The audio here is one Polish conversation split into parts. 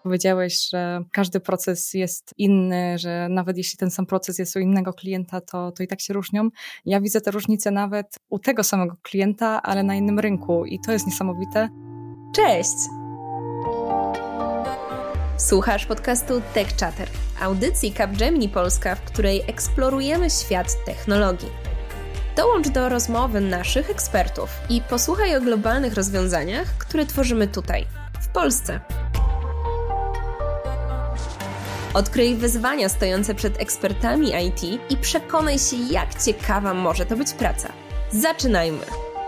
powiedziałeś, że każdy proces jest inny, że nawet jeśli ten sam proces jest u innego klienta, to i tak się różnią. Ja widzę te różnice nawet u tego samego klienta, ale na innym rynku i to jest niesamowite. Cześć! Słuchasz podcastu Tech Chatter, audycji Capgemini Polska, w której eksplorujemy świat technologii. Dołącz do rozmowy naszych ekspertów i posłuchaj o globalnych rozwiązaniach, które tworzymy tutaj, w Polsce. Odkryj wyzwania stojące przed ekspertami IT i przekonaj się, jak ciekawa może to być praca. Zaczynajmy!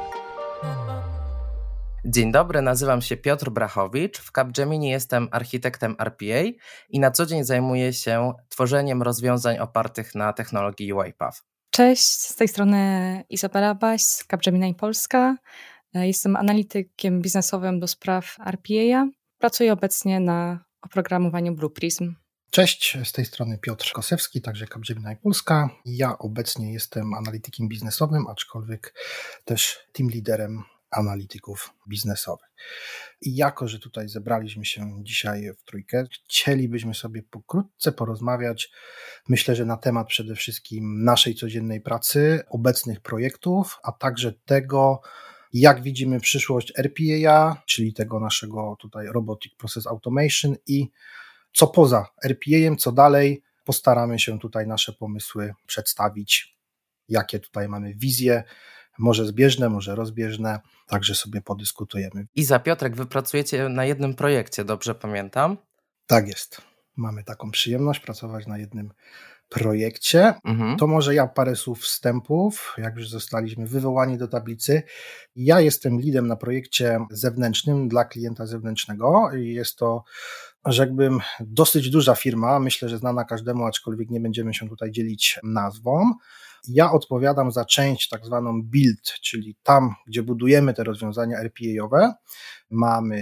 Dzień dobry, nazywam się Piotr Brachowicz. W Capgemini jestem architektem RPA i na co dzień zajmuję się tworzeniem rozwiązań opartych na technologii UiPath. Cześć, z tej strony Izabela Baś z Capgemini Polska. Jestem analitykiem biznesowym do spraw RPA. Pracuję obecnie na oprogramowaniu Blue Prism. Cześć, z tej strony Piotr Kosewski, także Capgemini Polska. Ja obecnie jestem analitykiem biznesowym, aczkolwiek też team liderem analityków biznesowych. I jako, że tutaj zebraliśmy się dzisiaj w trójkę, chcielibyśmy sobie pokrótce porozmawiać, myślę, że na temat przede wszystkim naszej codziennej pracy, obecnych projektów, a także tego, jak widzimy przyszłość RPA, czyli tego naszego tutaj Robotic Process Automation i co poza RPA-em, co dalej, postaramy się tutaj nasze pomysły przedstawić, jakie tutaj mamy wizje, może zbieżne, może rozbieżne, także sobie podyskutujemy. Iza, Piotrek, wy pracujecie na jednym projekcie, dobrze pamiętam? Tak jest. Mamy taką przyjemność pracować na jednym projekcie. To może ja parę słów wstępów, jak już zostaliśmy wywołani do tablicy. Ja jestem leadem na projekcie zewnętrznym dla klienta zewnętrznego i jest to, rzekłbym, dosyć duża firma, myślę, że znana każdemu, aczkolwiek nie będziemy się tutaj dzielić nazwą. Ja odpowiadam za część tak zwaną build, czyli tam, gdzie budujemy te rozwiązania RPA-owe. Mamy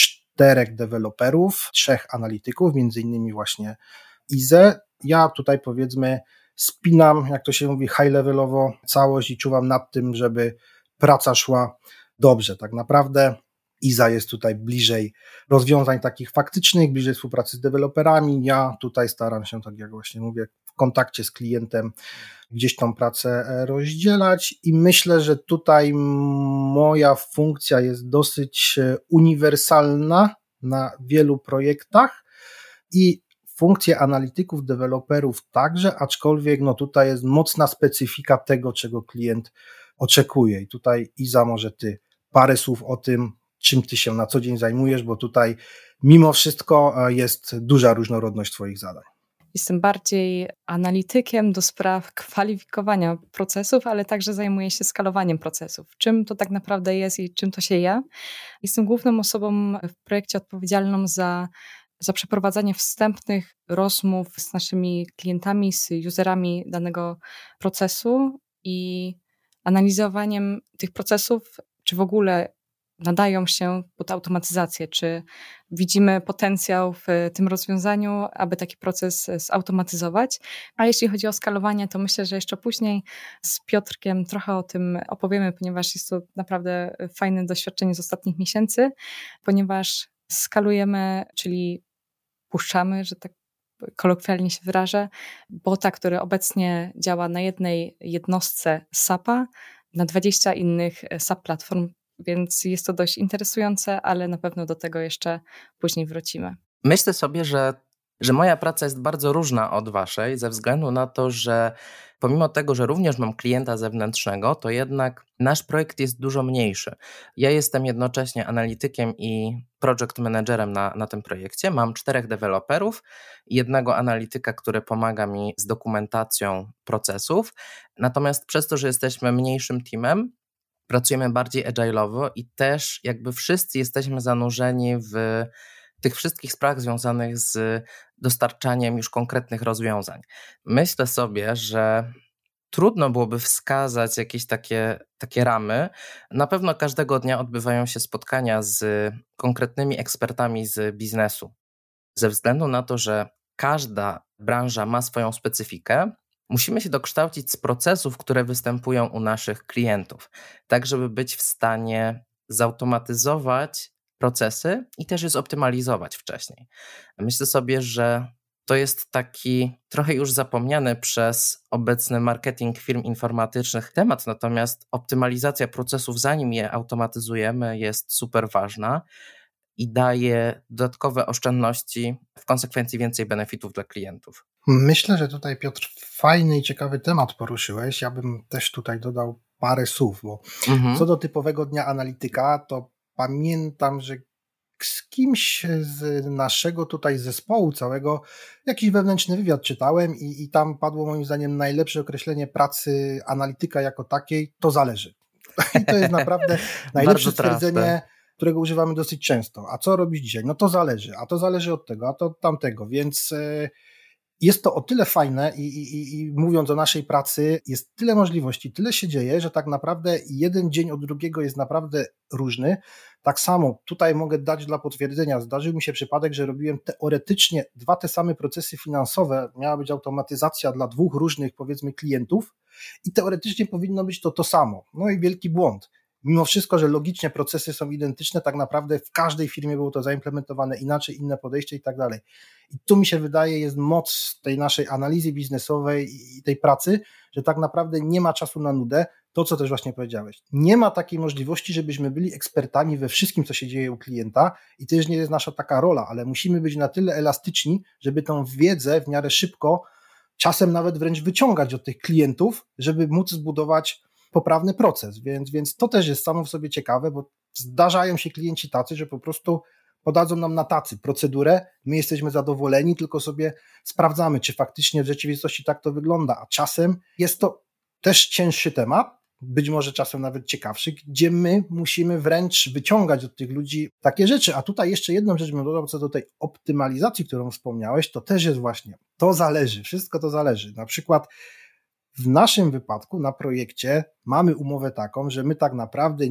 4 deweloperów, 3 analityków, między innymi właśnie Izę. Ja tutaj powiedzmy spinam, jak to się mówi, high-levelowo całość i czuwam nad tym, żeby praca szła dobrze. Tak naprawdę Iza jest tutaj bliżej rozwiązań takich faktycznych, bliżej współpracy z deweloperami. Ja tutaj staram się, tak jak właśnie mówię, w kontakcie z klientem gdzieś tą pracę rozdzielać i myślę, że tutaj moja funkcja jest dosyć uniwersalna na wielu projektach i funkcje analityków, deweloperów także, aczkolwiek no tutaj jest mocna specyfika tego, czego klient oczekuje. I tutaj Iza, może ty parę słów o tym, czym ty się na co dzień zajmujesz, bo tutaj mimo wszystko jest duża różnorodność twoich zadań. Jestem bardziej analitykiem do spraw kwalifikowania procesów, ale także zajmuję się skalowaniem procesów. Czym to tak naprawdę jest i czym to się je? Jestem główną osobą w projekcie odpowiedzialną za przeprowadzanie wstępnych rozmów z naszymi klientami, z userami danego procesu i analizowaniem tych procesów, czy w ogóle nadają się pod automatyzację, czy widzimy potencjał w tym rozwiązaniu, aby taki proces zautomatyzować. A jeśli chodzi o skalowanie, to myślę, że jeszcze później z Piotrkiem trochę o tym opowiemy, ponieważ jest to naprawdę fajne doświadczenie z ostatnich miesięcy, ponieważ skalujemy, czyli puszczamy, że tak kolokwialnie się wyrażę, bota, który obecnie działa na jednej jednostce SAP-a, na 20 innych SAP platform, więc jest to dość interesujące, ale na pewno do tego jeszcze później wrócimy. Myślę sobie, że moja praca jest bardzo różna od waszej, ze względu na to, że pomimo tego, że również mam klienta zewnętrznego, to jednak nasz projekt jest dużo mniejszy. Ja jestem jednocześnie analitykiem i project managerem na tym projekcie. Mam 4 deweloperów i 1 analityka, który pomaga mi z dokumentacją procesów. Natomiast przez to, że jesteśmy mniejszym teamem, pracujemy bardziej agile'owo i też jakby wszyscy jesteśmy zanurzeni w tych wszystkich sprawach związanych z dostarczaniem już konkretnych rozwiązań. Myślę sobie, że trudno byłoby wskazać jakieś takie ramy. Na pewno każdego dnia odbywają się spotkania z konkretnymi ekspertami z biznesu. Ze względu na to, że każda branża ma swoją specyfikę, musimy się dokształcić z procesów, które występują u naszych klientów, tak żeby być w stanie zautomatyzować procesy i też je zoptymalizować wcześniej. Myślę sobie, że to jest taki trochę już zapomniany przez obecny marketing firm informatycznych temat, natomiast optymalizacja procesów, zanim je automatyzujemy, jest super ważna i daje dodatkowe oszczędności, w konsekwencji więcej benefitów dla klientów. Myślę, że tutaj, Piotr, fajny i ciekawy temat poruszyłeś. Ja bym też tutaj dodał parę słów, bo co do typowego dnia analityka, to pamiętam, że z kimś z naszego tutaj zespołu całego jakiś wewnętrzny wywiad czytałem i tam padło moim zdaniem najlepsze określenie pracy analityka jako takiej, to zależy. I to jest naprawdę najlepsze stwierdzenie, którego używamy dosyć często. A co robisz dzisiaj? No to zależy, a to zależy od tego, a to tamtego, więc jest to o tyle fajne i mówiąc o naszej pracy, jest tyle możliwości, tyle się dzieje, że tak naprawdę jeden dzień od drugiego jest naprawdę różny. Tak samo tutaj mogę dać dla potwierdzenia, zdarzył mi się przypadek, że robiłem teoretycznie te same procesy finansowe, miała być automatyzacja dla 2 różnych, powiedzmy, klientów i teoretycznie powinno być to samo. No i wielki błąd. Mimo wszystko, że logicznie procesy są identyczne, tak naprawdę w każdej firmie było to zaimplementowane inaczej, inne podejście i tak dalej. I tu mi się wydaje jest moc tej naszej analizy biznesowej i tej pracy, że tak naprawdę nie ma czasu na nudę, to co też właśnie powiedziałeś. Nie ma takiej możliwości, żebyśmy byli ekspertami we wszystkim, co się dzieje u klienta i to już nie jest nasza taka rola, ale musimy być na tyle elastyczni, żeby tą wiedzę w miarę szybko, czasem nawet wręcz wyciągać od tych klientów, żeby móc zbudować poprawny proces, więc to też jest samo w sobie ciekawe, bo zdarzają się klienci tacy, że po prostu podadzą nam na tacy procedurę, my jesteśmy zadowoleni, tylko sobie sprawdzamy, czy faktycznie w rzeczywistości tak to wygląda, a czasem jest to też cięższy temat, być może czasem nawet ciekawszy, gdzie my musimy wręcz wyciągać od tych ludzi takie rzeczy, a tutaj jeszcze jedną rzecz bym dodał, co do tej optymalizacji, którą wspomniałeś, to też jest właśnie, to zależy, wszystko to zależy, na przykład w naszym wypadku na projekcie mamy umowę taką, że my tak naprawdę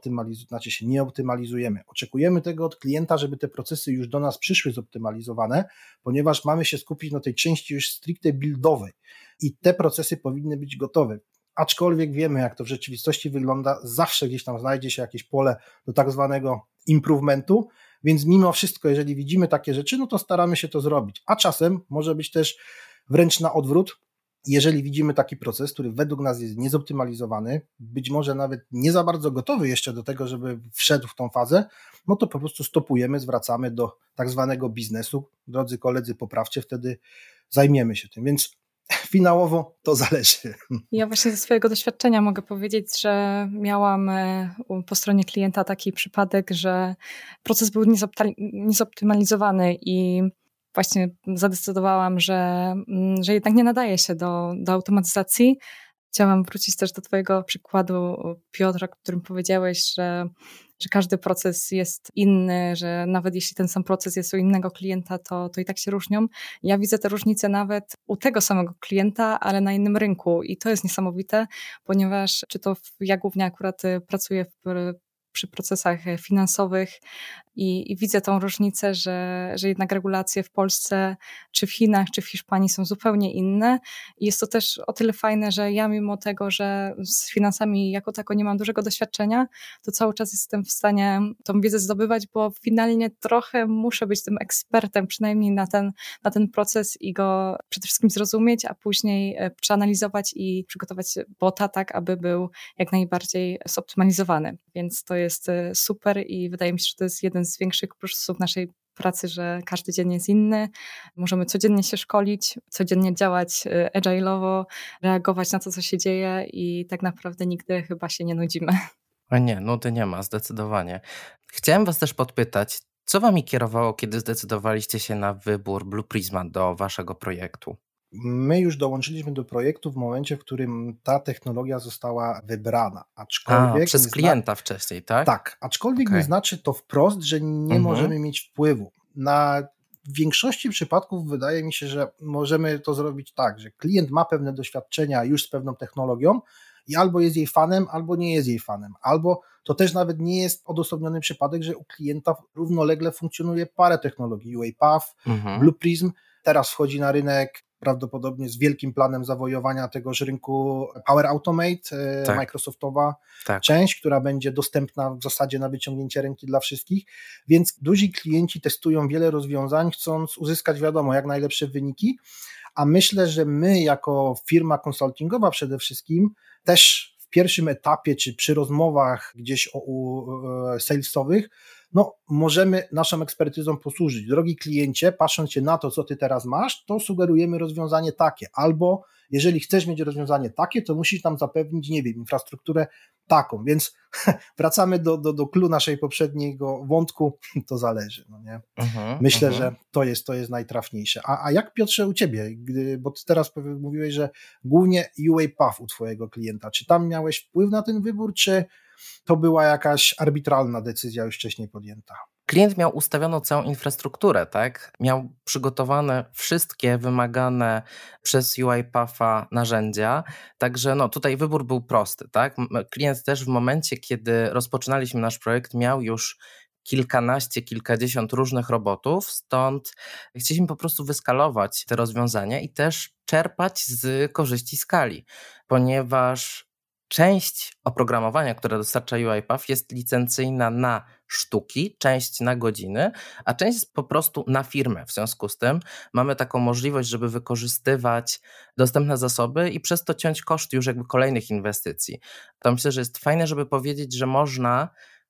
nie optymalizujemy. Oczekujemy tego od klienta, żeby te procesy już do nas przyszły zoptymalizowane, ponieważ mamy się skupić na tej części już stricte buildowej i te procesy powinny być gotowe. Aczkolwiek wiemy, jak to w rzeczywistości wygląda, zawsze gdzieś tam znajdzie się jakieś pole do tak zwanego improvementu, więc mimo wszystko, jeżeli widzimy takie rzeczy, no to staramy się to zrobić. A czasem może być też wręcz na odwrót, jeżeli widzimy taki proces, który według nas jest niezoptymalizowany, być może nawet nie za bardzo gotowy jeszcze do tego, żeby wszedł w tą fazę, no to po prostu stopujemy, zwracamy do tak zwanego biznesu. Drodzy koledzy, poprawcie, wtedy zajmiemy się tym. Więc finałowo to zależy. Ja właśnie ze swojego doświadczenia mogę powiedzieć, że miałam po stronie klienta taki przypadek, że proces był niezoptymalizowany i właśnie zadecydowałam, że jednak nie nadaje się do automatyzacji. Chciałam wrócić też do twojego przykładu, Piotra, o którym powiedziałeś, że każdy proces jest inny, że nawet jeśli ten sam proces jest u innego klienta, to i tak się różnią. Ja widzę te różnice nawet u tego samego klienta, ale na innym rynku i to jest niesamowite, ponieważ ja głównie akurat pracuję przy procesach finansowych i widzę tą różnicę, że jednak regulacje w Polsce, czy w Chinach, czy w Hiszpanii są zupełnie inne. I jest to też o tyle fajne, że ja mimo tego, że z finansami jako tako nie mam dużego doświadczenia, to cały czas jestem w stanie tą wiedzę zdobywać, bo finalnie trochę muszę być tym ekspertem, przynajmniej na ten proces i go przede wszystkim zrozumieć, a później przeanalizować i przygotować bota tak, aby był jak najbardziej zoptymalizowany. Więc to jest super i wydaje mi się, że to jest jeden z większych plusów naszej pracy, że każdy dzień jest inny. Możemy codziennie się szkolić, codziennie działać agile'owo, reagować na to, co się dzieje i tak naprawdę nigdy chyba się nie nudzimy. A nie, nudy nie ma, zdecydowanie. Chciałem was też podpytać, co wami kierowało, kiedy zdecydowaliście się na wybór Blue Prisma do waszego projektu? My już dołączyliśmy do projektu w momencie, w którym ta technologia została wybrana. Aczkolwiek przez klienta wcześniej, tak? Tak, aczkolwiek nie znaczy to wprost, że nie możemy mieć wpływu. Na większości przypadków wydaje mi się, że możemy to zrobić tak, że klient ma pewne doświadczenia już z pewną technologią i albo jest jej fanem, albo nie jest jej fanem. Albo to też nawet nie jest odosobniony przypadek, że u klienta równolegle funkcjonuje parę technologii, UiPath, Blue Prism, teraz wchodzi na rynek prawdopodobnie z wielkim planem zawojowania tegoż rynku Power Automate, Microsoftowa część, która będzie dostępna w zasadzie na wyciągnięcie ręki dla wszystkich, więc duzi klienci testują wiele rozwiązań, chcąc uzyskać wiadomo jak najlepsze wyniki, a myślę, że my jako firma konsultingowa przede wszystkim też w pierwszym etapie, czy przy rozmowach gdzieś salesowych, możemy naszą ekspertyzą posłużyć. Drogi kliencie, patrząc się na to, co ty teraz masz, to sugerujemy rozwiązanie takie, albo jeżeli chcesz mieć rozwiązanie takie, to musisz nam zapewnić, nie wiem, infrastrukturę taką, więc wracamy do clou naszej poprzedniego wątku, to zależy, no nie? Myślę, że to jest najtrafniejsze. A jak, Piotrze, u ciebie? Bo ty teraz mówiłeś, że głównie UiPath u twojego klienta. Czy tam miałeś wpływ na ten wybór, czy to była jakaś arbitralna decyzja już wcześniej podjęta? Klient miał ustawioną całą infrastrukturę, tak? Miał przygotowane wszystkie wymagane przez UiPatha narzędzia, także tutaj wybór był prosty, tak? Klient też w momencie, kiedy rozpoczynaliśmy nasz projekt, miał już kilkadziesiąt różnych robotów, stąd chcieliśmy po prostu wyskalować te rozwiązania i też czerpać z korzyści skali, ponieważ część oprogramowania, które dostarcza UiPath, jest licencyjna na sztuki, część na godziny, a część jest po prostu na firmę. W związku z tym mamy taką możliwość, żeby wykorzystywać dostępne zasoby i przez to ciąć koszty już jakby kolejnych inwestycji. To myślę, że jest fajne, żeby powiedzieć, że można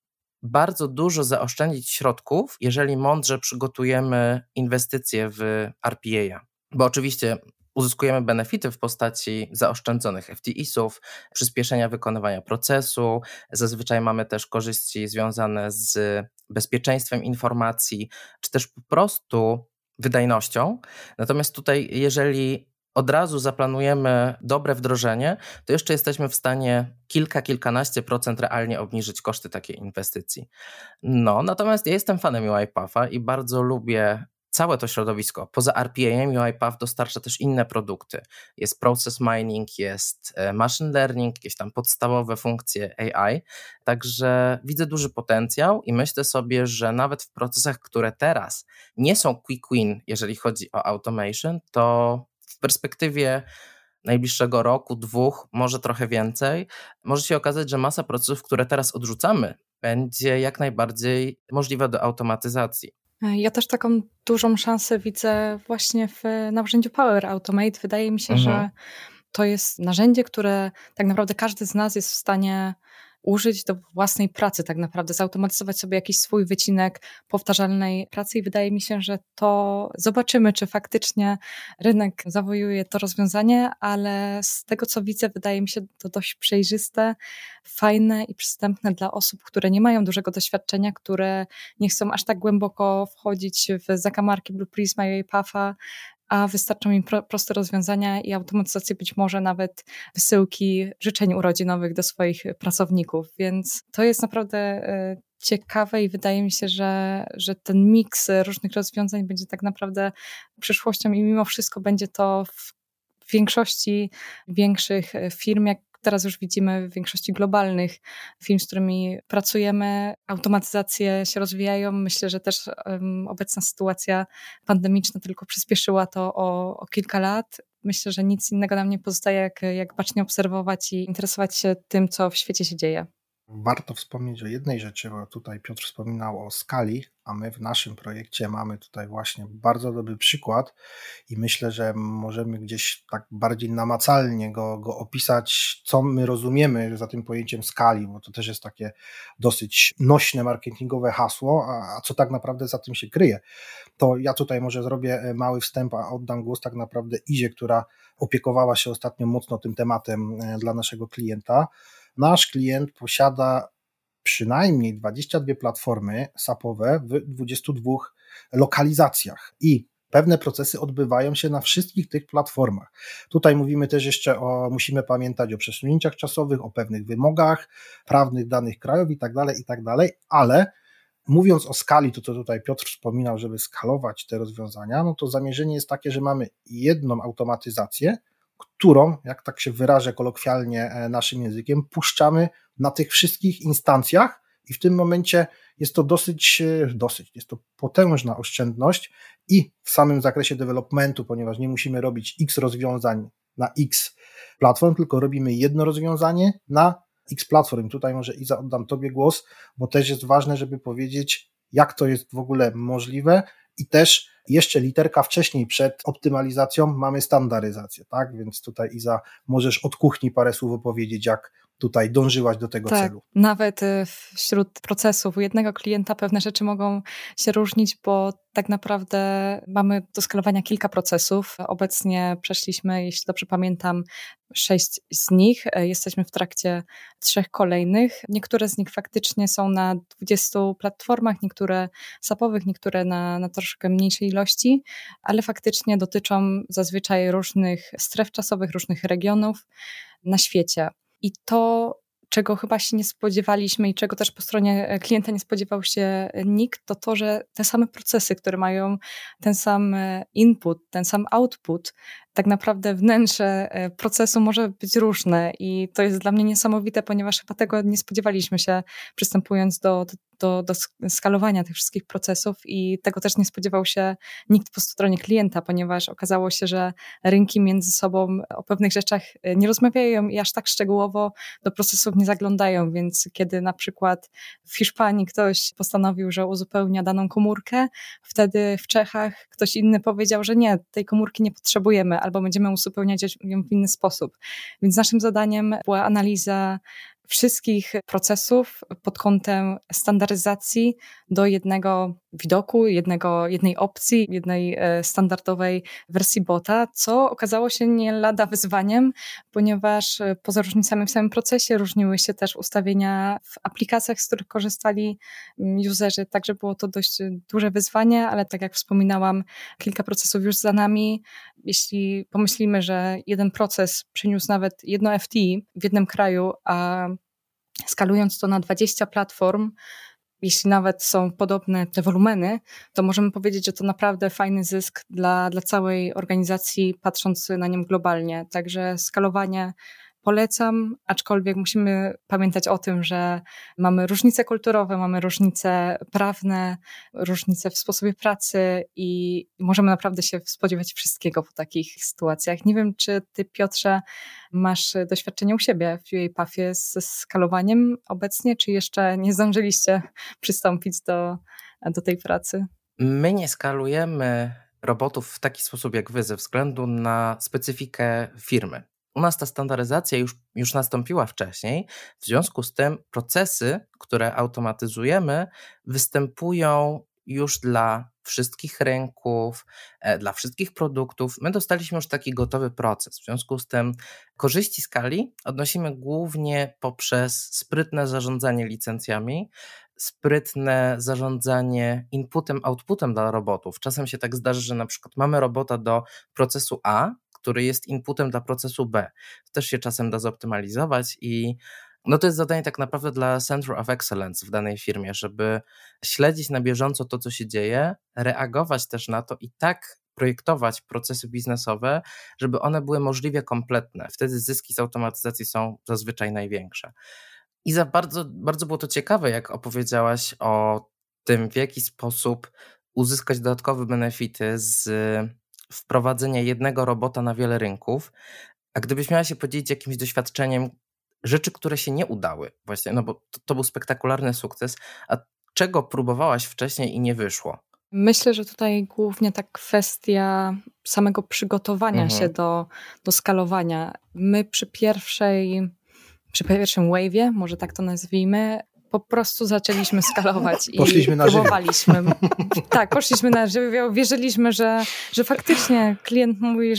bardzo dużo zaoszczędzić środków, jeżeli mądrze przygotujemy inwestycje w RPA. Bo oczywiście uzyskujemy benefity w postaci zaoszczędzonych FTIs-ów, przyspieszenia wykonywania procesu, zazwyczaj mamy też korzyści związane z bezpieczeństwem informacji, czy też po prostu wydajnością. Natomiast tutaj, jeżeli od razu zaplanujemy dobre wdrożenie, to jeszcze jesteśmy w stanie kilkanaście procent realnie obniżyć koszty takiej inwestycji. Natomiast ja jestem fanem UiPatha i bardzo lubię całe to środowisko. Poza RPA-em UiPath dostarcza też inne produkty. Jest process mining, jest machine learning, jakieś tam podstawowe funkcje AI, także widzę duży potencjał i myślę sobie, że nawet w procesach, które teraz nie są quick win, jeżeli chodzi o automation, to w perspektywie najbliższego roku, 2, może trochę więcej, może się okazać, że masa procesów, które teraz odrzucamy, będzie jak najbardziej możliwa do automatyzacji. Ja też taką dużą szansę widzę właśnie w narzędziu Power Automate. Wydaje mi się, że to jest narzędzie, które tak naprawdę każdy z nas jest w stanie użyć do własnej pracy, tak naprawdę zautomatyzować sobie jakiś swój wycinek powtarzalnej pracy i wydaje mi się, że to zobaczymy, czy faktycznie rynek zawojuje to rozwiązanie, ale z tego, co widzę, wydaje mi się to dość przejrzyste, fajne i przystępne dla osób, które nie mają dużego doświadczenia, które nie chcą aż tak głęboko wchodzić w zakamarki Blue Prisma i UiPatha, a wystarczą im proste rozwiązania i automatyzację być może nawet wysyłki życzeń urodzinowych do swoich pracowników, więc to jest naprawdę ciekawe i wydaje mi się, że ten miks różnych rozwiązań będzie tak naprawdę przyszłością i mimo wszystko będzie to w większości większych firm, jak teraz już widzimy w większości globalnych firm, z którymi pracujemy, automatyzacje się rozwijają. Myślę, że też obecna sytuacja pandemiczna tylko przyspieszyła to o kilka lat. Myślę, że nic innego nam nie pozostaje, jak bacznie obserwować i interesować się tym, co w świecie się dzieje. Warto wspomnieć o jednej rzeczy, bo tutaj Piotr wspominał o skali, a my w naszym projekcie mamy tutaj właśnie bardzo dobry przykład i myślę, że możemy gdzieś tak bardziej namacalnie go opisać, co my rozumiemy za tym pojęciem skali, bo to też jest takie dosyć nośne marketingowe hasło, a co tak naprawdę za tym się kryje. To ja tutaj może zrobię mały wstęp, a oddam głos tak naprawdę Izie, która opiekowała się ostatnio mocno tym tematem dla naszego klienta. Nasz klient posiada przynajmniej 22 platformy SAP-owe w 22 lokalizacjach i pewne procesy odbywają się na wszystkich tych platformach. Tutaj mówimy też jeszcze musimy pamiętać o przesunięciach czasowych, o pewnych wymogach prawnych danych krajów i tak dalej, ale mówiąc o skali, to co tutaj Piotr wspominał, żeby skalować te rozwiązania, no to zamierzenie jest takie, że mamy jedną automatyzację, którą, jak tak się wyrażę kolokwialnie naszym językiem, puszczamy na tych wszystkich instancjach i w tym momencie jest to jest to potężna oszczędność, i w samym zakresie developmentu, ponieważ nie musimy robić X rozwiązań na X platform, tylko robimy jedno rozwiązanie na X platform. Tutaj może Iza oddam Tobie głos, bo też jest ważne, żeby powiedzieć, jak to jest w ogóle możliwe i też jeszcze literka wcześniej przed optymalizacją mamy standaryzację, tak? Więc tutaj Iza możesz od kuchni parę słów opowiedzieć, jak tutaj dążyłaś do tego celu. Nawet wśród procesów u jednego klienta pewne rzeczy mogą się różnić, bo tak naprawdę mamy do skalowania kilka procesów. Obecnie przeszliśmy, jeśli dobrze pamiętam, 6 z nich. Jesteśmy w trakcie 3 kolejnych. Niektóre z nich faktycznie są na 20 platformach, niektóre SAP-owych, niektóre na troszkę mniejszej ilości, ale faktycznie dotyczą zazwyczaj różnych stref czasowych, różnych regionów na świecie. I to, czego chyba się nie spodziewaliśmy i czego też po stronie klienta nie spodziewał się nikt, to to, że te same procesy, które mają ten sam input, ten sam output, tak naprawdę wnętrze procesu może być różne i to jest dla mnie niesamowite, ponieważ chyba tego nie spodziewaliśmy się przystępując do skalowania tych wszystkich procesów i tego też nie spodziewał się nikt po stronie klienta, ponieważ okazało się, że rynki między sobą o pewnych rzeczach nie rozmawiają i aż tak szczegółowo do procesów nie zaglądają, więc kiedy na przykład w Hiszpanii ktoś postanowił, że uzupełnia daną komórkę, wtedy w Czechach ktoś inny powiedział, że nie, tej komórki nie potrzebujemy albo będziemy uzupełniać ją w inny sposób. Więc naszym zadaniem była analiza wszystkich procesów pod kątem standaryzacji do jednego widoku, jednej opcji, jednej standardowej wersji bota, co okazało się nie lada wyzwaniem, ponieważ poza różnicami w samym procesie różniły się też ustawienia w aplikacjach, z których korzystali userzy, także było to dość duże wyzwanie, ale tak jak wspominałam, kilka procesów już za nami. Jeśli pomyślimy, że jeden proces przyniósł nawet jedno FTE w jednym kraju, a skalując to na 20 platform, jeśli nawet są podobne te wolumeny, to możemy powiedzieć, że to naprawdę fajny zysk dla całej organizacji, patrząc na nią globalnie. Także skalowanie polecam, aczkolwiek musimy pamiętać o tym, że mamy różnice kulturowe, mamy różnice prawne, różnice w sposobie pracy i możemy naprawdę się spodziewać wszystkiego po takich sytuacjach. Nie wiem, czy ty, Piotrze, masz doświadczenie u siebie w UiPathie ze skalowaniem obecnie, czy jeszcze nie zdążyliście przystąpić do tej pracy? My nie skalujemy robotów w taki sposób jak wy ze względu na specyfikę firmy. U nas ta standaryzacja już nastąpiła wcześniej, w związku z tym procesy, które automatyzujemy, występują już dla wszystkich rynków, dla wszystkich produktów. My dostaliśmy już taki gotowy proces, w związku z tym korzyści skali odnosimy głównie poprzez sprytne zarządzanie licencjami, sprytne zarządzanie inputem, outputem dla robotów. Czasem się tak zdarzy, że na przykład mamy robota do procesu A, który jest inputem dla procesu B. To też się czasem da zoptymalizować i to jest zadanie tak naprawdę dla Center of Excellence w danej firmie, żeby śledzić na bieżąco to, co się dzieje, reagować też na to i tak projektować procesy biznesowe, żeby one były możliwie kompletne. Wtedy zyski z automatyzacji są zazwyczaj największe. I bardzo, bardzo było to ciekawe, jak opowiedziałaś o tym, w jaki sposób uzyskać dodatkowe benefity z wprowadzenia jednego robota na wiele rynków. A gdybyś miała się podzielić jakimś doświadczeniem rzeczy, które się nie udały, właśnie, bo to był spektakularny sukces, a czego próbowałaś wcześniej i nie wyszło? Myślę, że tutaj głównie ta kwestia samego przygotowania się do skalowania. My przy pierwszym wave'ie, może tak to nazwijmy, po prostu zaczęliśmy skalować i próbowaliśmy. Tak, poszliśmy na żywioł, wierzyliśmy, że faktycznie klient mówi,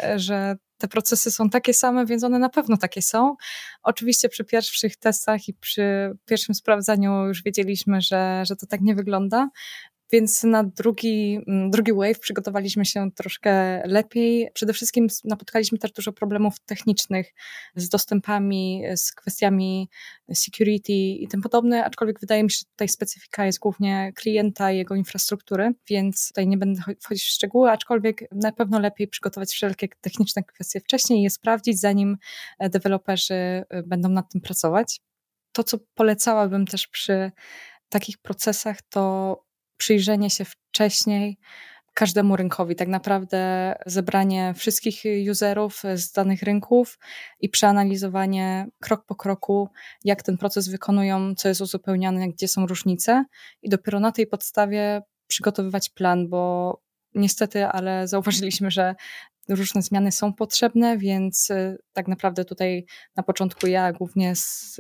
że te procesy są takie same, więc one na pewno takie są. Oczywiście przy pierwszych testach i przy pierwszym sprawdzaniu już wiedzieliśmy, że to tak nie wygląda. Więc na drugi wave przygotowaliśmy się troszkę lepiej. Przede wszystkim napotkaliśmy też dużo problemów technicznych z dostępami, z kwestiami security i tym podobne, aczkolwiek wydaje mi się, że tutaj specyfika jest głównie klienta i jego infrastruktury, więc tutaj nie będę wchodzić w szczegóły, aczkolwiek na pewno lepiej przygotować wszelkie techniczne kwestie wcześniej i je sprawdzić, zanim deweloperzy będą nad tym pracować. To, co polecałabym też przy takich procesach, to przyjrzenie się wcześniej każdemu rynkowi. Tak naprawdę zebranie wszystkich userów z danych rynków i przeanalizowanie krok po kroku, jak ten proces wykonują, co jest uzupełniane, gdzie są różnice i dopiero na tej podstawie przygotowywać plan, bo niestety, ale zauważyliśmy, że różne zmiany są potrzebne, więc tak naprawdę tutaj na początku ja głównie z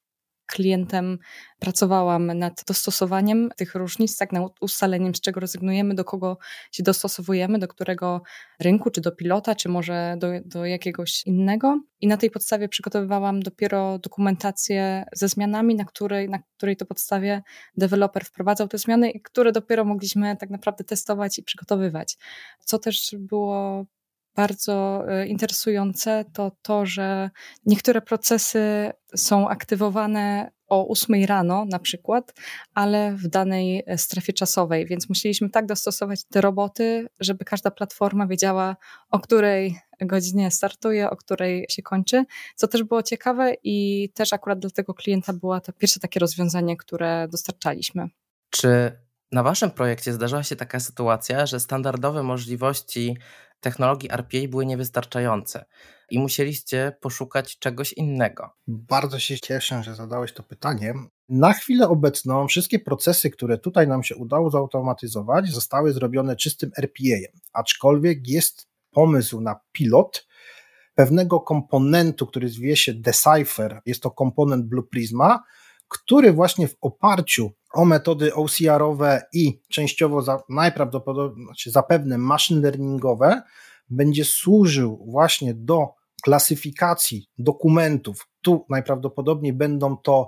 klientem pracowałam nad dostosowaniem tych różnic, tak nad ustaleniem, z czego rezygnujemy, do kogo się dostosowujemy, do którego rynku, czy do pilota, czy może do jakiegoś innego. I na tej podstawie przygotowywałam dopiero dokumentację ze zmianami, na której to podstawie deweloper wprowadzał te zmiany i które dopiero mogliśmy tak naprawdę testować i przygotowywać. Co też było bardzo interesujące, to, że niektóre procesy są aktywowane o 8 rano na przykład, ale w danej strefie czasowej, więc musieliśmy tak dostosować te roboty, żeby każda platforma wiedziała, o której godzinie startuje, o której się kończy, co też było ciekawe i też akurat dla tego klienta było to pierwsze takie rozwiązanie, które dostarczaliśmy. Czy na waszym projekcie zdarzyła się taka sytuacja, że standardowe możliwości technologii RPA były niewystarczające i musieliście poszukać czegoś innego? Bardzo się cieszę, że zadałeś to pytanie. Na chwilę obecną wszystkie procesy, które tutaj nam się udało zautomatyzować, zostały zrobione czystym RPA-em, aczkolwiek jest pomysł na pilot pewnego komponentu, który zwie się Decipher, jest to komponent Blue Prisma, który właśnie w oparciu o metody OCR-owe i częściowo najprawdopodobniej, zapewne machine learningowe, będzie służył właśnie do klasyfikacji dokumentów. Tu najprawdopodobniej będą to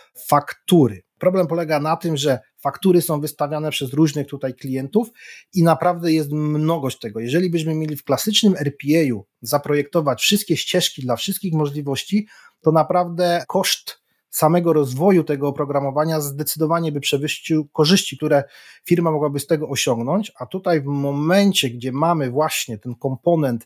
faktury. Problem polega na tym, że faktury są wystawiane przez różnych tutaj klientów i naprawdę jest mnogość tego. Jeżeli byśmy mieli w klasycznym RPA-u zaprojektować wszystkie ścieżki dla wszystkich możliwości, to naprawdę koszt samego rozwoju tego oprogramowania zdecydowanie by przewyższył korzyści, które firma mogłaby z tego osiągnąć, a tutaj w momencie, gdzie mamy właśnie ten komponent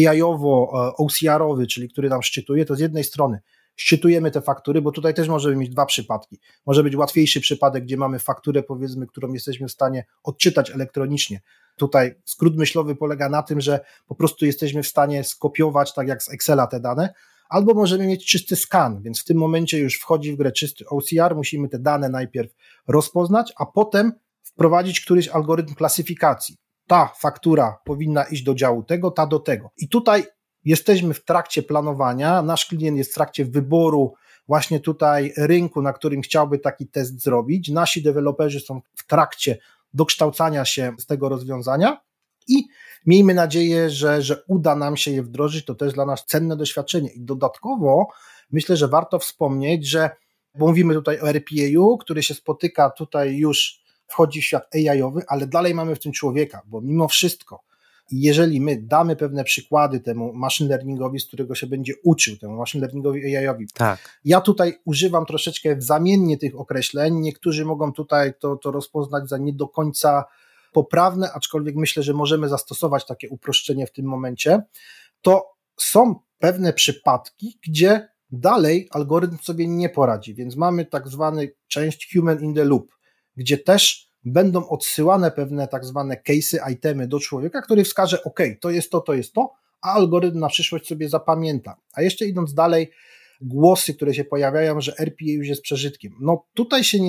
AI-owo-OCR-owy, czyli który nam szczytuje, to z jednej strony szczytujemy te faktury, bo tutaj też możemy mieć dwa przypadki. Może być łatwiejszy przypadek, gdzie mamy fakturę, powiedzmy, którą jesteśmy w stanie odczytać elektronicznie. Tutaj skrót myślowy polega na tym, że po prostu jesteśmy w stanie skopiować, tak jak z Excela, te dane, albo możemy mieć czysty skan, więc w tym momencie już wchodzi w grę czysty OCR, musimy te dane najpierw rozpoznać, a potem wprowadzić któryś algorytm klasyfikacji. Ta faktura powinna iść do działu tego, ta do tego. I tutaj jesteśmy w trakcie planowania, nasz klient jest w trakcie wyboru właśnie tutaj rynku, na którym chciałby taki test zrobić. Nasi deweloperzy są w trakcie dokształcania się z tego rozwiązania i miejmy nadzieję, że uda nam się je wdrożyć, to też dla nas cenne doświadczenie. I dodatkowo myślę, że warto wspomnieć, że, bo mówimy tutaj o RPA-u, który się spotyka tutaj już, wchodzi w świat AI-owy, ale dalej mamy w tym człowieka, bo mimo wszystko, jeżeli my damy pewne przykłady temu machine learningowi, z którego się będzie uczył, temu machine learningowi AI-owi. Tak. Ja tutaj używam troszeczkę zamiennie tych określeń, niektórzy mogą tutaj to rozpoznać za nie do końca poprawne, aczkolwiek myślę, że możemy zastosować takie uproszczenie w tym momencie, to są pewne przypadki, gdzie dalej algorytm sobie nie poradzi, więc mamy tak zwany część human in the loop, gdzie też będą odsyłane pewne tak zwane case'y, itemy do człowieka, który wskaże, ok, to jest to, a algorytm na przyszłość sobie zapamięta. A jeszcze idąc dalej, głosy, które się pojawiają, że RPA już jest przeżytkiem. No tutaj się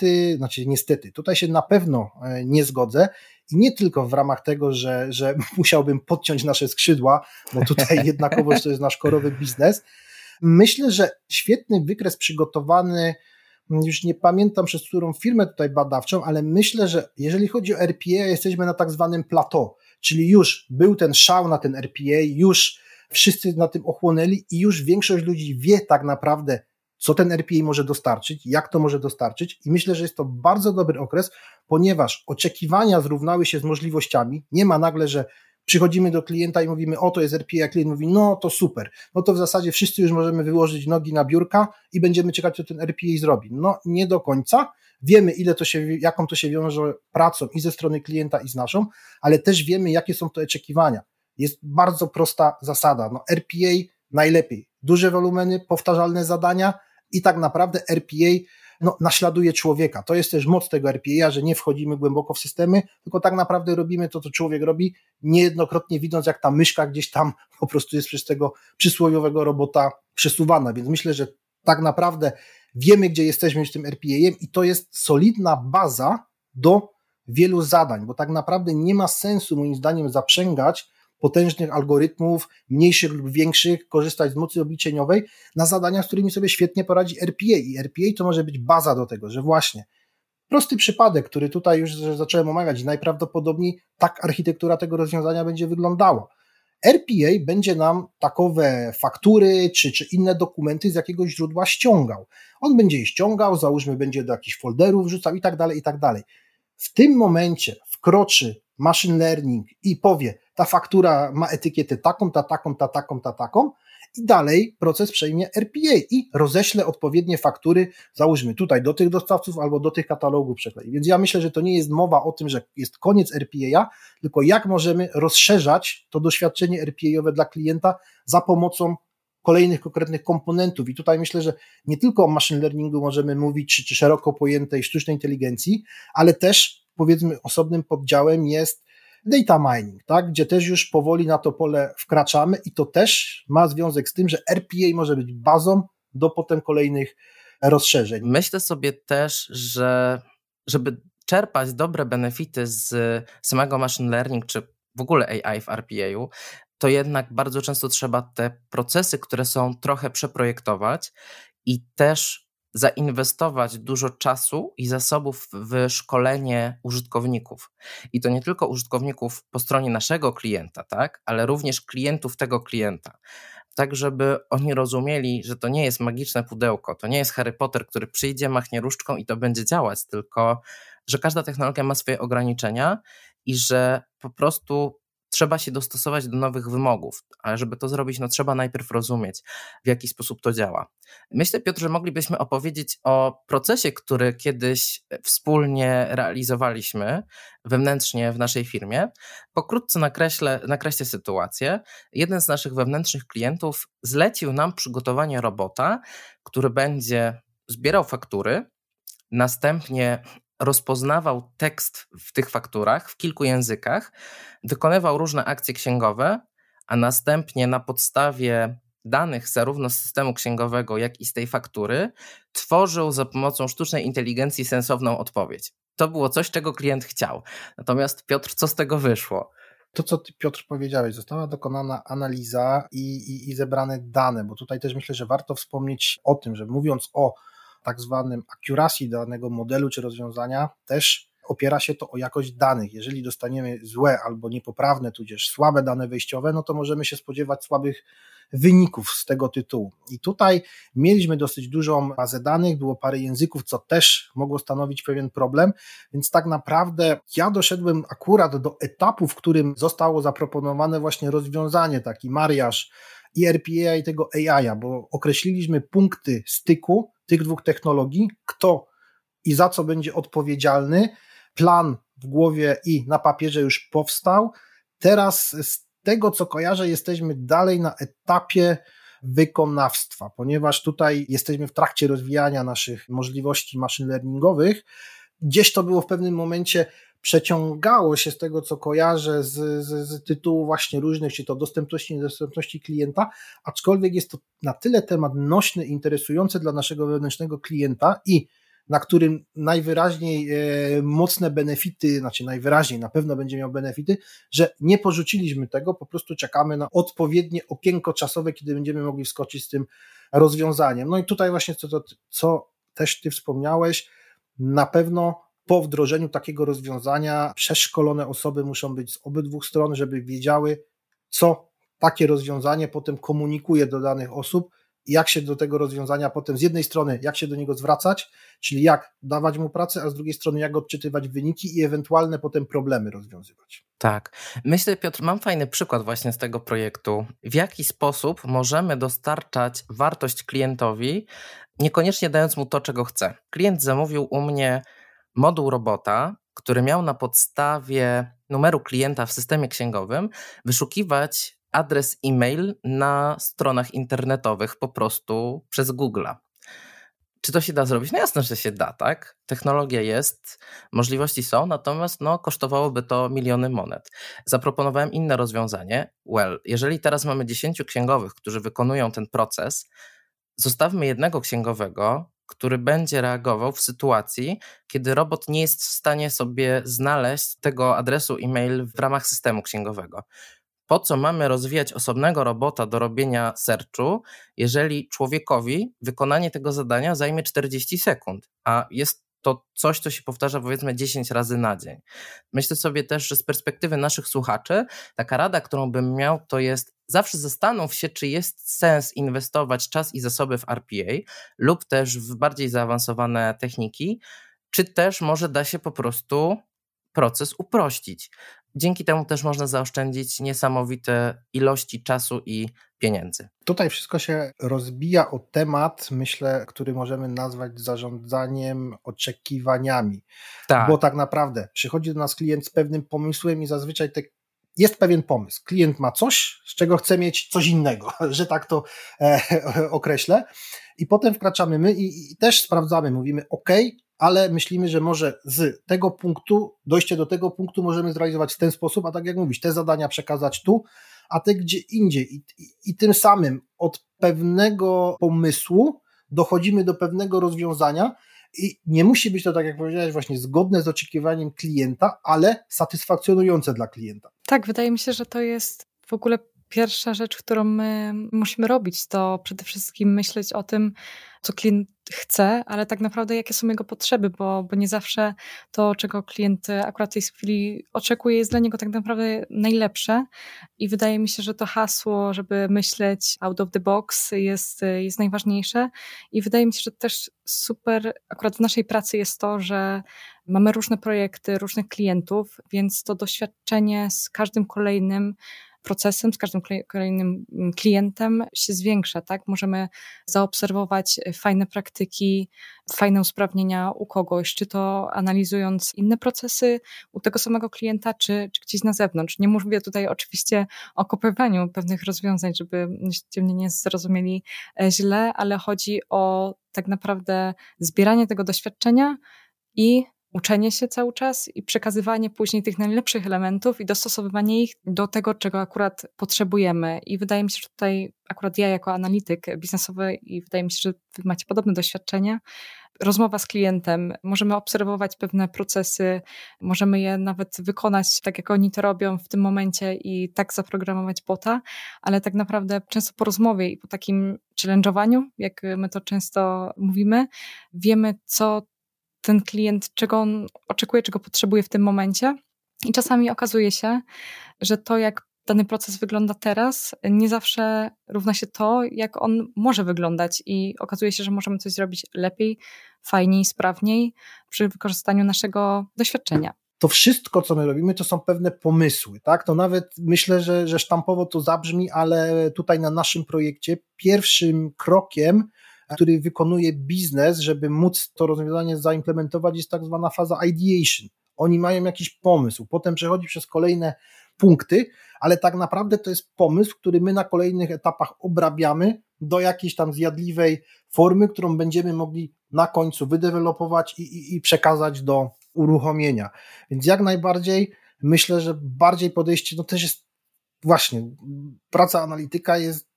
niestety, tutaj się na pewno nie zgodzę i nie tylko w ramach tego, że musiałbym podciąć nasze skrzydła, bo tutaj jednakowoż to jest nasz korowy biznes. Myślę, że świetny wykres przygotowany, już nie pamiętam przez którą firmę tutaj badawczą, ale myślę, że jeżeli chodzi o RPA, jesteśmy na tak zwanym plateau, czyli już był ten szał na ten RPA, już wszyscy na tym ochłonęli i już większość ludzi wie tak naprawdę, co ten RPA może dostarczyć, jak to może dostarczyć i myślę, że jest to bardzo dobry okres, ponieważ oczekiwania zrównały się z możliwościami, nie ma nagle, że przychodzimy do klienta i mówimy, o to jest RPA, a klient mówi, no to super, no to w zasadzie wszyscy już możemy wyłożyć nogi na biurka i będziemy czekać, co ten RPA zrobi. No nie do końca, wiemy jaką to się wiąże pracą i ze strony klienta i z naszą, ale też wiemy, jakie są to oczekiwania. Jest bardzo prosta zasada, no RPA najlepiej, duże wolumeny, powtarzalne zadania i tak naprawdę RPA naśladuje człowieka. To jest też moc tego RPA, że nie wchodzimy głęboko w systemy, tylko tak naprawdę robimy to, co człowiek robi, niejednokrotnie widząc, jak ta myszka gdzieś tam po prostu jest przez tego przysłowiowego robota przesuwana. Więc myślę, że tak naprawdę wiemy, gdzie jesteśmy z tym RPA-em i to jest solidna baza do wielu zadań, bo tak naprawdę nie ma sensu moim zdaniem zaprzęgać potężnych algorytmów, mniejszych lub większych, korzystać z mocy obliczeniowej na zadania, z którymi sobie świetnie poradzi RPA. I RPA to może być baza do tego, że właśnie prosty przypadek, który tutaj już zacząłem omawiać, najprawdopodobniej tak architektura tego rozwiązania będzie wyglądała. RPA będzie nam takowe faktury czy inne dokumenty z jakiegoś źródła ściągał. On będzie je ściągał, załóżmy będzie do jakichś folderów wrzucał i tak dalej, i tak dalej. W tym momencie wkroczy machine learning i powie, ta faktura ma etykietę taką, taką i dalej proces przejmie RPA i roześle odpowiednie faktury, załóżmy tutaj do tych dostawców albo do tych katalogów przeklei. Więc ja myślę, że to nie jest mowa o tym, że jest koniec RPA, tylko jak możemy rozszerzać to doświadczenie RPA-owe dla klienta za pomocą kolejnych konkretnych komponentów. I tutaj myślę, że nie tylko o machine learningu możemy mówić, czy szeroko pojętej sztucznej inteligencji, ale też powiedzmy osobnym poddziałem jest data mining, tak? Gdzie też już powoli na to pole wkraczamy i to też ma związek z tym, że RPA może być bazą do potem kolejnych rozszerzeń. Myślę sobie też, że żeby czerpać dobre benefity z samego machine learning, czy w ogóle AI w RPA-u, to jednak bardzo często trzeba te procesy, które są, trochę przeprojektować i też zainwestować dużo czasu i zasobów w szkolenie użytkowników. I to nie tylko użytkowników po stronie naszego klienta, tak, ale również klientów tego klienta. Tak, żeby oni rozumieli, że to nie jest magiczne pudełko, to nie jest Harry Potter, który przyjdzie, machnie różdżką i to będzie działać, tylko że każda technologia ma swoje ograniczenia i że po prostu trzeba się dostosować do nowych wymogów, ale żeby to zrobić, trzeba najpierw rozumieć, w jaki sposób to działa. Myślę, Piotr, że moglibyśmy opowiedzieć o procesie, który kiedyś wspólnie realizowaliśmy wewnętrznie w naszej firmie. Pokrótce nakreślę sytuację. Jeden z naszych wewnętrznych klientów zlecił nam przygotowanie robota, który będzie zbierał faktury, następnie rozpoznawał tekst w tych fakturach w kilku językach, wykonywał różne akcje księgowe, a następnie na podstawie danych zarówno z systemu księgowego, jak i z tej faktury tworzył za pomocą sztucznej inteligencji sensowną odpowiedź. To było coś, czego klient chciał. Natomiast Piotr, co z tego wyszło? To, co ty, Piotr, powiedziałeś, została dokonana analiza i zebrane dane, bo tutaj też myślę, że warto wspomnieć o tym, że mówiąc o tak zwanym accuracy danego modelu czy rozwiązania, też opiera się to o jakość danych. Jeżeli dostaniemy złe albo niepoprawne, tudzież słabe dane wejściowe, to możemy się spodziewać słabych wyników z tego tytułu. I tutaj mieliśmy dosyć dużą bazę danych, było parę języków, co też mogło stanowić pewien problem, więc tak naprawdę ja doszedłem akurat do etapu, w którym zostało zaproponowane właśnie rozwiązanie, taki mariaż i RPA i tego AI, bo określiliśmy punkty styku tych dwóch technologii, kto i za co będzie odpowiedzialny, plan w głowie i na papierze już powstał. Teraz z tego, co kojarzę, jesteśmy dalej na etapie wykonawstwa, ponieważ tutaj jesteśmy w trakcie rozwijania naszych możliwości machine learningowych. Gdzieś to było w pewnym momencie, przeciągało się z tego, co kojarzę z tytułu właśnie różnych, czy to dostępności, niedostępności klienta, aczkolwiek jest to na tyle temat nośny, interesujący dla naszego wewnętrznego klienta i na którym najwyraźniej mocne benefity, na pewno będzie miał benefity, że nie porzuciliśmy tego, po prostu czekamy na odpowiednie okienko czasowe, kiedy będziemy mogli wskoczyć z tym rozwiązaniem. No i tutaj właśnie co też ty wspomniałeś, na pewno po wdrożeniu takiego rozwiązania przeszkolone osoby muszą być z obydwu stron, żeby wiedziały, co takie rozwiązanie potem komunikuje do danych osób i jak się do tego rozwiązania potem z jednej strony, jak się do niego zwracać, czyli jak dawać mu pracę, a z drugiej strony jak odczytywać wyniki i ewentualne potem problemy rozwiązywać. Tak. Myślę, Piotr, mam fajny przykład właśnie z tego projektu. W jaki sposób możemy dostarczać wartość klientowi, niekoniecznie dając mu to, czego chce. Klient zamówił u mnie moduł robota, który miał na podstawie numeru klienta w systemie księgowym wyszukiwać adres e-mail na stronach internetowych po prostu przez Google'a. Czy to się da zrobić? No jasne, że się da, tak? Technologia jest, możliwości są, natomiast kosztowałoby to miliony monet. Zaproponowałem inne rozwiązanie. Jeżeli teraz mamy 10 księgowych, którzy wykonują ten proces, zostawmy jednego księgowego, który będzie reagował w sytuacji, kiedy robot nie jest w stanie sobie znaleźć tego adresu e-mail w ramach systemu księgowego. Po co mamy rozwijać osobnego robota do robienia searchu, jeżeli człowiekowi wykonanie tego zadania zajmie 40 sekund, a jest to coś, co się powtarza powiedzmy 10 razy na dzień. Myślę sobie też, że z perspektywy naszych słuchaczy, taka rada, którą bym miał, to jest zawsze zastanów się, czy jest sens inwestować czas i zasoby w RPA lub też w bardziej zaawansowane techniki, czy też może da się po prostu proces uprościć. Dzięki temu też można zaoszczędzić niesamowite ilości czasu i pieniędzy. Tutaj wszystko się rozbija o temat, myślę, który możemy nazwać zarządzaniem oczekiwaniami. Tak. Bo tak naprawdę przychodzi do nas klient z pewnym pomysłem i zazwyczaj jest pewien pomysł. Klient ma coś, z czego chce mieć coś innego, że tak to określę. I potem wkraczamy my i też sprawdzamy, mówimy OK, ale myślimy, że może z tego punktu, dojście do tego punktu możemy zrealizować w ten sposób, a tak jak mówisz, te zadania przekazać tu, a te gdzie indziej. I tym samym od pewnego pomysłu dochodzimy do pewnego rozwiązania i nie musi być to, tak jak powiedziałeś, właśnie zgodne z oczekiwaniem klienta, ale satysfakcjonujące dla klienta. Tak, wydaje mi się, że to jest w ogóle pierwsza rzecz, którą my musimy robić, to przede wszystkim myśleć o tym, co klient chce, ale tak naprawdę jakie są jego potrzeby, bo nie zawsze to, czego klient akurat w tej chwili oczekuje, jest dla niego tak naprawdę najlepsze i wydaje mi się, że to hasło, żeby myśleć out of the box jest najważniejsze i wydaje mi się, że też super akurat w naszej pracy jest to, że mamy różne projekty, różnych klientów, więc to doświadczenie z każdym kolejnym procesem, z każdym kolejnym klientem się zwiększa, tak? Możemy zaobserwować fajne praktyki, fajne usprawnienia u kogoś, czy to analizując inne procesy u tego samego klienta, czy gdzieś na zewnątrz. Nie mówię tutaj oczywiście o kopowaniu pewnych rozwiązań, żebyście mnie nie zrozumieli źle, ale chodzi o tak naprawdę zbieranie tego doświadczenia i uczenie się cały czas i przekazywanie później tych najlepszych elementów i dostosowywanie ich do tego, czego akurat potrzebujemy. I wydaje mi się, że tutaj akurat ja jako analityk biznesowy i wydaje mi się, że wy macie podobne doświadczenia, rozmowa z klientem, możemy obserwować pewne procesy, możemy je nawet wykonać tak, jak oni to robią w tym momencie i tak zaprogramować bota, ale tak naprawdę często po rozmowie i po takim challenge'owaniu, jak my to często mówimy, wiemy, co ten klient, czego on oczekuje, czego potrzebuje w tym momencie. I czasami okazuje się, że to, jak dany proces wygląda teraz, nie zawsze równa się to, jak on może wyglądać i okazuje się, że możemy coś zrobić lepiej, fajniej, sprawniej przy wykorzystaniu naszego doświadczenia. To wszystko, co my robimy, to są pewne pomysły, tak? To nawet myślę, że sztampowo to zabrzmi, ale tutaj na naszym projekcie pierwszym krokiem, który wykonuje biznes, żeby móc to rozwiązanie zaimplementować, jest tak zwana faza ideation. Oni mają jakiś pomysł, potem przechodzi przez kolejne punkty, ale tak naprawdę to jest pomysł, który my na kolejnych etapach obrabiamy do jakiejś tam zjadliwej formy, którą będziemy mogli na końcu wydevelopować i przekazać do uruchomienia. Więc jak najbardziej myślę, że bardziej podejście, no też jest właśnie, praca analityka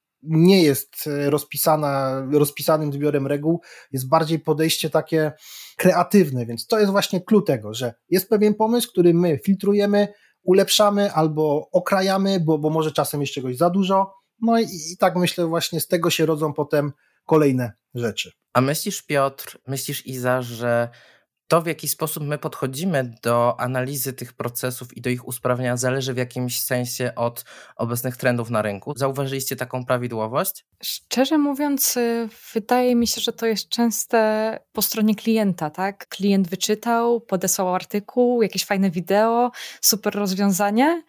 nie jest rozpisanym zbiorem reguł, jest bardziej podejście takie kreatywne, więc to jest właśnie clue tego, że jest pewien pomysł, który my filtrujemy, ulepszamy albo okrajamy, bo może czasem jest czegoś za dużo, no i tak myślę właśnie z tego się rodzą potem kolejne rzeczy. A myślisz, Piotr, Iza, że to, w jaki sposób my podchodzimy do analizy tych procesów i do ich usprawniania, zależy w jakimś sensie od obecnych trendów na rynku? Zauważyliście taką prawidłowość? Szczerze mówiąc, wydaje mi się, że to jest częste po stronie klienta, tak? Klient wyczytał, podesłał artykuł, jakieś fajne wideo, super rozwiązanie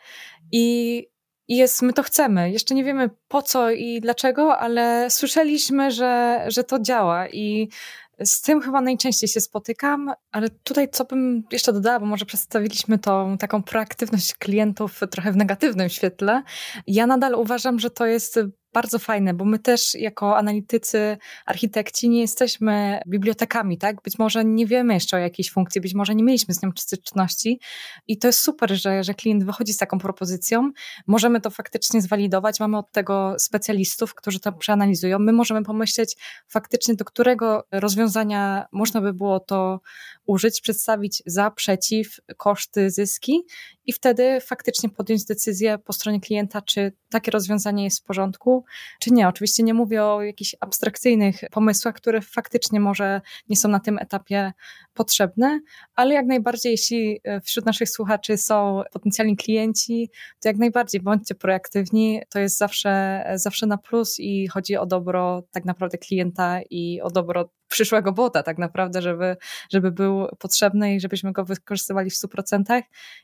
i my to chcemy. Jeszcze nie wiemy po co i dlaczego, ale słyszeliśmy, że to działa i z tym chyba najczęściej się spotykam, ale tutaj co bym jeszcze dodała, bo może przedstawiliśmy tą taką proaktywność klientów trochę w negatywnym świetle. Ja nadal uważam, że to jest bardzo fajne, bo my też jako analitycy, architekci nie jesteśmy bibliotekami, tak? Być może nie wiemy jeszcze o jakiejś funkcji, być może nie mieliśmy z nią styczności i to jest super, że klient wychodzi z taką propozycją. Możemy to faktycznie zwalidować, mamy od tego specjalistów, którzy to przeanalizują. My możemy pomyśleć faktycznie, do którego rozwiązania można by było to użyć, przedstawić za, przeciw, koszty, zyski i wtedy faktycznie podjąć decyzję po stronie klienta, czy takie rozwiązanie jest w porządku, czy nie. Oczywiście nie mówię o jakichś abstrakcyjnych pomysłach, które faktycznie może nie są na tym etapie potrzebne, ale jak najbardziej, jeśli wśród naszych słuchaczy są potencjalni klienci, to jak najbardziej bądźcie proaktywni, to jest zawsze na plus i chodzi o dobro tak naprawdę klienta i o dobro przyszłego bota tak naprawdę, żeby był potrzebny i żebyśmy go wykorzystywali w 100%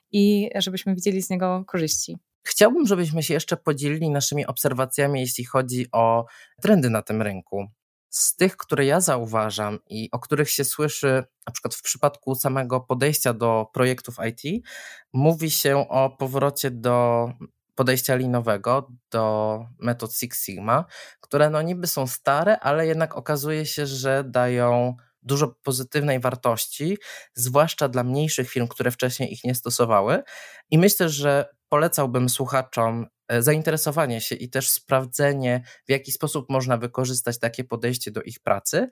i żebyśmy widzieli z niego korzyści. Chciałbym, żebyśmy się jeszcze podzielili naszymi obserwacjami, jeśli chodzi o trendy na tym rynku. Z tych, które ja zauważam i o których się słyszy, na przykład w przypadku samego podejścia do projektów IT, mówi się o powrocie do podejścia leanowego, do metod Six Sigma, które niby są stare, ale jednak okazuje się, że dają dużo pozytywnej wartości, zwłaszcza dla mniejszych firm, które wcześniej ich nie stosowały. I myślę, że polecałbym słuchaczom zainteresowanie się i też sprawdzenie, w jaki sposób można wykorzystać takie podejście do ich pracy.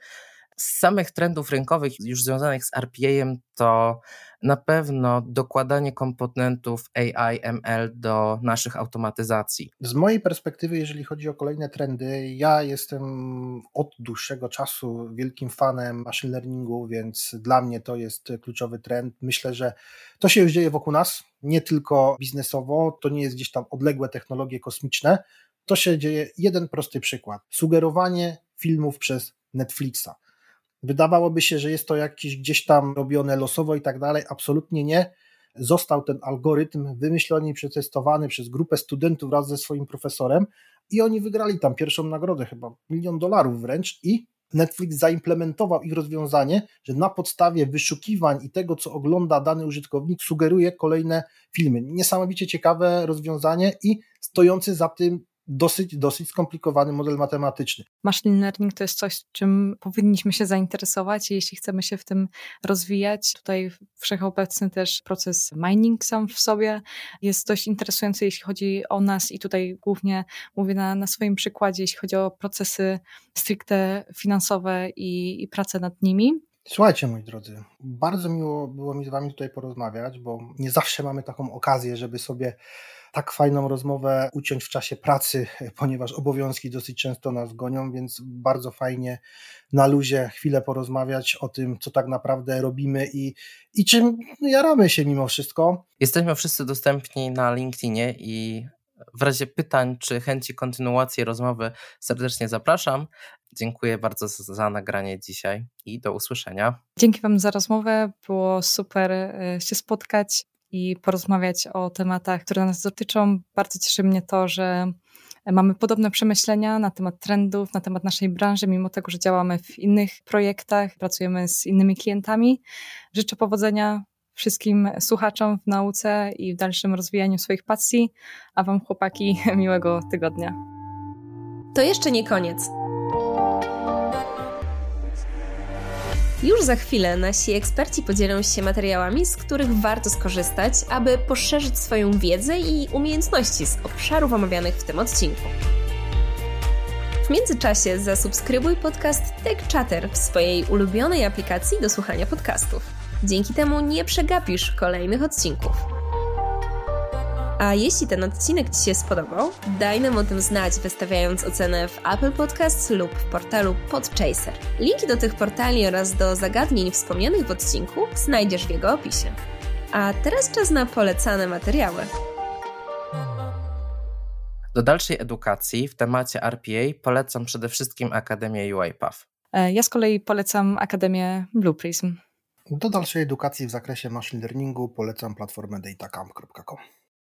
Z samych trendów rynkowych już związanych z RPA-em to na pewno dokładanie komponentów AI, ML do naszych automatyzacji. Z mojej perspektywy, jeżeli chodzi o kolejne trendy, ja jestem od dłuższego czasu wielkim fanem machine learningu, więc dla mnie to jest kluczowy trend. Myślę, że to się już dzieje wokół nas, nie tylko biznesowo, to nie jest gdzieś tam odległe technologie kosmiczne, to się dzieje. Jeden prosty przykład. Sugerowanie filmów przez Netflixa. Wydawałoby się, że jest to jakieś gdzieś tam robione losowo i tak dalej, absolutnie nie. Został ten algorytm wymyślony i przetestowany przez grupę studentów wraz ze swoim profesorem i oni wygrali tam pierwszą nagrodę, chyba $1 milion wręcz, i Netflix zaimplementował ich rozwiązanie, że na podstawie wyszukiwań i tego, co ogląda dany użytkownik, sugeruje kolejne filmy. Niesamowicie ciekawe rozwiązanie i stojący za tym dosyć skomplikowany model matematyczny. Machine learning to jest coś, czym powinniśmy się zainteresować, jeśli chcemy się w tym rozwijać. Tutaj wszechobecny też proces mining sam w sobie jest dość interesujący, jeśli chodzi o nas i tutaj głównie mówię na swoim przykładzie, jeśli chodzi o procesy stricte finansowe i pracę nad nimi. Słuchajcie, moi drodzy, bardzo miło było mi z wami tutaj porozmawiać, bo nie zawsze mamy taką okazję, żeby sobie tak fajną rozmowę uciąć w czasie pracy, ponieważ obowiązki dosyć często nas gonią, więc bardzo fajnie na luzie chwilę porozmawiać o tym, co tak naprawdę robimy i czym jaramy się mimo wszystko. Jesteśmy wszyscy dostępni na LinkedInie i w razie pytań czy chęci kontynuacji rozmowy serdecznie zapraszam. Dziękuję bardzo za nagranie dzisiaj i do usłyszenia. Dzięki wam za rozmowę, było super się spotkać i porozmawiać o tematach, które nas dotyczą. Bardzo cieszy mnie to, że mamy podobne przemyślenia na temat trendów, na temat naszej branży, mimo tego, że działamy w innych projektach, pracujemy z innymi klientami. Życzę powodzenia wszystkim słuchaczom w nauce i w dalszym rozwijaniu swoich pasji, a wam, chłopaki, miłego tygodnia. To jeszcze nie koniec. Już za chwilę nasi eksperci podzielą się materiałami, z których warto skorzystać, aby poszerzyć swoją wiedzę i umiejętności z obszarów omawianych w tym odcinku. W międzyczasie zasubskrybuj podcast Tech Chatter w swojej ulubionej aplikacji do słuchania podcastów. Dzięki temu nie przegapisz kolejnych odcinków. A jeśli ten odcinek Ci się spodobał, daj nam o tym znać, wystawiając ocenę w Apple Podcasts lub w portalu Podchaser. Linki do tych portali oraz do zagadnień wspomnianych w odcinku znajdziesz w jego opisie. A teraz czas na polecane materiały. Do dalszej edukacji w temacie RPA polecam przede wszystkim Akademię UiPath. Ja z kolei polecam Akademię Blue Prism. Do dalszej edukacji w zakresie machine learningu polecam platformę datacamp.com.